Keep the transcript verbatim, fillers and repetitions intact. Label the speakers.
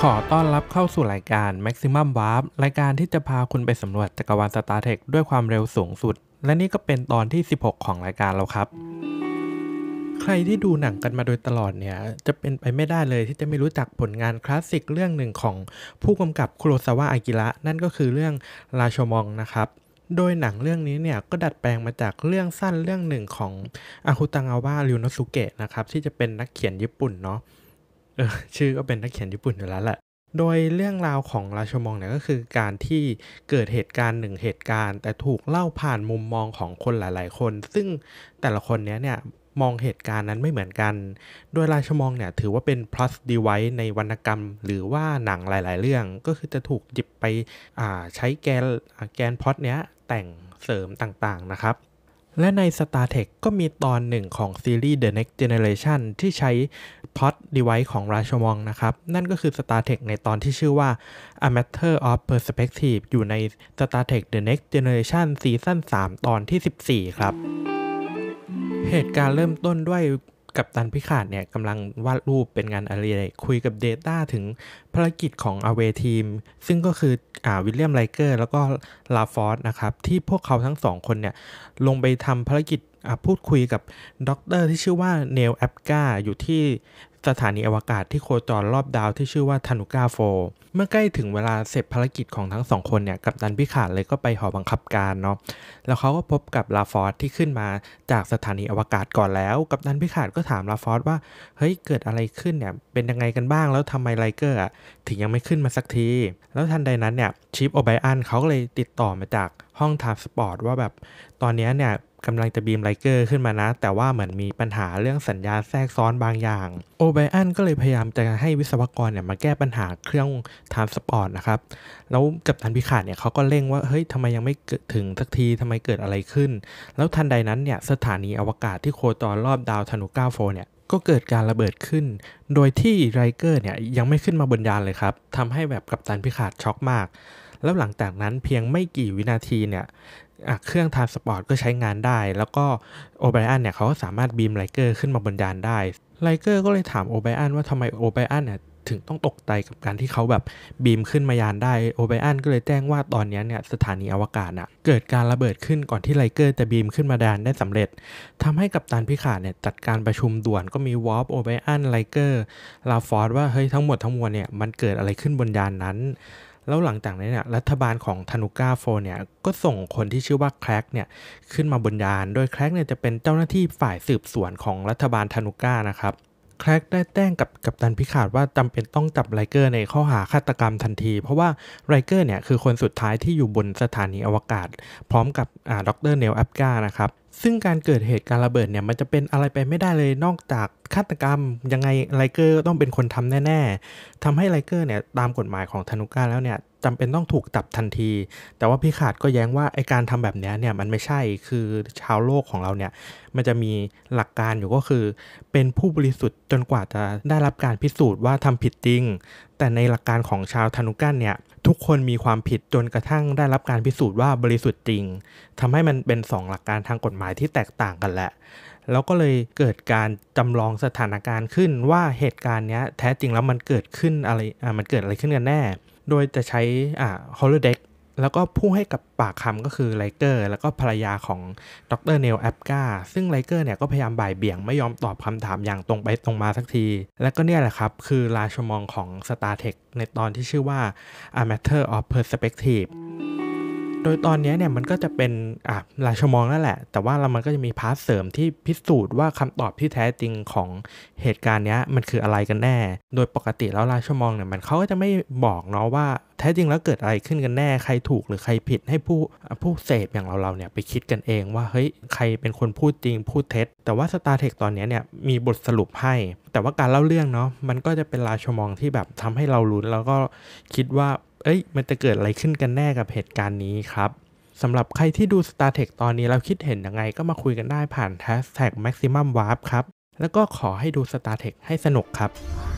Speaker 1: ขอต้อนรับเข้าสู่รายการ Maximum Warp รายการที่จะพาคุณไปสำรวจจักรวาล Star Trek ด้วยความเร็วสูงสุดและนี่ก็เป็นตอนที่สิบหกของรายการแล้วครับใครที่ดูหนังกันมาโดยตลอดเนี่ยจะเป็นไปไม่ได้เลยที่จะไม่รู้จักผลงานคลาสสิกเรื่องหนึ่งของผู้กำกับคุโรซาวะอากิระนั่นก็คือเรื่องราโชมองนะครับโดยหนังเรื่องนี้เนี่ยก็ดัดแปลงมาจากเรื่องสั้นเรื่องหนึ่งของอาคุตังาวะริวโนสุเกะนะครับที่จะเป็นนักเขียนญี่ปุ่นเนาะเออชื่อก็เป็นนักเขียนญี่ปุ่นอยู่แล้วแหละโดยเรื่องราวของราโชมองเนี่ยก็คือการที่เกิดเหตุการณ์หนึ่งเหตุการณ์แต่ถูกเล่าผ่านมุมมองของคนหลายๆคนซึ่งแต่ละคนเนี้ยเนี่ยมองเหตุการณ์นั้นไม่เหมือนกันโดยราโชมองเนี่ยถือว่าเป็น plus device ในวรรณกรรมหรือว่าหนังหลายๆเรื่องก็คือจะถูกหยิบไปอ่าใช้แกนแกนพล็อตเนี้ยแต่งเสริมต่างๆนะครับและใน Star Trek ก็มีตอนหนึ่งของซีรีส์ The Next Generation ที่ใช้ plot device ของราโชมองนะครับนั่นก็คือ Star Trek ในตอนที่ชื่อว่า A Matter of Perspective อยู่ใน Star Trek The Next Generation ซีซั่นสามตอนที่สิบสี่ครับเหตุการณ์เริ่มต้นด้วยกัปตันพิขาดเนี่ยกำลังวาดรูปเป็นงานอดิเรกคุยกับ Data ถึงภารกิจของ Away Team ซึ่งก็คืออ่าวิลเลียมไรเกอร์แล้วก็ลาฟอร์ดนะครับที่พวกเขาทั้งสองคนเนี่ยลงไปทำภารกิจพูดคุยกับด็อกเตอร์ที่ชื่อว่าเนลแอปกาอยู่ที่สถานีอวกาศที่โคจรรอบดาวที่ชื่อว่าทานุก้าโฟเมื่อใกล้ถึงเวลาเสร็จภารกิจของทั้งสองคนเนี่ยกัปตันพิขาดเลยก็ไปหอบังคับการเนาะแล้วเขาก็พบกับลาฟอร์ดที่ขึ้นมาจากสถานีอวกาศก่อนแล้วกัปตันพิขาดก็ถามลาฟอร์ดว่าเฮ้ยเกิดอะไรขึ้นเนี่ยเป็นยังไงกันบ้างแล้วทำไมไรเกอร์ถึงยังไม่ขึ้นมาสักทีแล้วทันใดนั้นเนี่ยชีฟโอไบอันเขาก็เลยติดต่อมาจากห้องทรานสปอร์ตว่าแบบตอนนี้เนี่ยกำลังจะบีมไรเกอร์ขึ้นมานะแต่ว่าเหมือนมีปัญหาเรื่องสัญญาณแทรกซ้อนบางอย่างโอไบอันก็เลยพยายามจะให้วิศวกรเนี่ยมาแก้ปัญหาเครื่องทรานสปอร์ตนะครับแล้วกัปตันพิขาดเนี่ยเขาก็เร่งว่าเฮ้ยทำไมยังไม่ถึงสักทีทำไมเกิดอะไรขึ้นแล้วทันใดนั้นเนี่ยสถานีอวกาศที่โคจรรอบดาวทานุก้าโฟเนี่ยก็เกิดการระเบิดขึ้นโดยที่ไรเกอร์เนี่ยยังไม่ขึ้นมาบนยานเลยครับทำให้แบบกัปตันพิขาดช็อกมากแล้วหลังจากนั้นเพียงไม่กี่วินาทีเนี่ยเครื่องทรานสปอร์ตก็ใช้งานได้แล้วก็โอไบอันเนี่ยเขาก็สามารถบีมไรเกอร์ขึ้นมาบนยานได้ไรเกอร์ก็เลยถามโอไบอันว่าทำไมโอไบอันเนี่ยถึงต้องตกใจกับการที่เขาแบบบีมขึ้นมายานได้โอไบอันก็เลยแจ้งว่าตอนนี้เนี่ยสถานีอวกาศน่ะเกิดการระเบิดขึ้นก่อนที่ไรเกอร์จะบีมขึ้นมายานได้สำเร็จทำให้กัปตันพิขาดเนี่ยจัดการประชุมด่วนก็มีวอร์ปโอไบอันไรเกอร์ลาฟอร์ดว่าเฮ้ยทั้งหมดทั้งมวลเนี่ยมันเกิดอะไรขึ้นบนยานนั้นแล้วหลังจากนั้นเนี่ยรัฐบาลของทานุก้าโฟเนี่ยก็ส่งคนที่ชื่อว่าแคร็กเนี่ยขึ้นมาบนยานโดยแคร็กเนี่ยจะเป็นเจ้าหน้าที่ฝ่ายสืบสวนของรัฐบาลทานุก้านะครับแคร็กได้แจ้งกับกัปตันพิขาดว่าจำเป็นต้องจับไรเกอร์ในข้อหาฆาตกรรมทันทีเพราะว่าไรเกอร์เนี่ยคือคนสุดท้ายที่อยู่บนสถานีอวกาศพร้อมกับอ่าดรเนลแอปกานะครับซึ่งการเกิดเหตุการณ์ระเบิดเนี่ยมันจะเป็นอะไรไปไม่ได้เลยนอกจากฆาตกรรมยังไงไรเกอร์ต้องเป็นคนทำแน่ๆทำให้ไรเกอร์เนี่ยตามกฎหมายของทานุก้าแล้วเนี่ยจำเป็นต้องถูกจับทันทีแต่ว่าพิขาดก็แย้งว่าไอการทำแบบนี้เนี่ยมันไม่ใช่คือชาวโลกของเราเนี่ยมันจะมีหลักการอยู่ก็คือเป็นผู้บริสุทธิ์จนกว่าจะได้รับการพิสูจน์ว่าทำผิดจริงแต่ในหลักการของชาวทานุก้าเนี่ยทุกคนมีความผิดจนกระทั่งได้รับการพิสูจน์ว่าบริสุทธิ์จริงทำให้มันเป็นสองหลักการทางกฎหมายที่แตกต่างกันแหละแล้วก็เลยเกิดการจำลองสถานการณ์ขึ้นว่าเหตุการณ์นี้แท้จริงแล้วมันเกิดขึ้นอะไรอ่ามันเกิดอะไรขึ้นกันแน่โดยจะใช้อ่าฮอลโลเด็กแล้วก็ผู้ให้กับปากคำก็คือไรเกอร์แล้วก็ภรรยาของดรเนลแอปกาซึ่งไรเกอร์เนี่ยก็พยายามบ่ายเบี่ยงไม่ยอมตอบคำถามอย่างตรงไปตรงมาสักทีและก็เนี่ยแหละครับคือราโชมองของ Star Trek ในตอนที่ชื่อว่า A Matter of Perspectiveโดยตอนนี้เนี่ยมันก็จะเป็นอ่ะราโชมองนั่นแหละแต่ว่าเรามันก็จะมีพาร์ทเสริมที่พิสูจน์ว่าคำตอบที่แท้จริงของเหตุการณ์นี้มันคืออะไรกันแน่โดยปกติแล้วราโชมองเนี่ยมันเขาก็จะไม่บอกเนาะว่าแท้จริงแล้วเกิดอะไรขึ้นกันแน่ใครถูกหรือใครผิดให้ผู้ผู้เสพอย่างเราเราเนี่ยไปคิดกันเองว่าเฮ้ยใครเป็นคนพูดจริงพูดเท็จแต่ว่า Star Trek ตอนนี้เนี่ยมีบทสรุปให้แต่ว่าการเล่าเรื่องเนาะมันก็จะเป็นราโชมองที่แบบทำให้เราลุ้นแล้วก็คิดว่าเอ้ยมันจะเกิดอะไรขึ้นกันแน่กับเหตุการณ์นี้ครับสำหรับใครที่ดู Star Trek ตอนนี้แล้วคิดเห็นยังไงก็มาคุยกันได้ผ่าน แฮชแท็ก แม็กซิมัมวาร์ป ครับแล้วก็ขอให้ดู Star Trek ให้สนุกครับ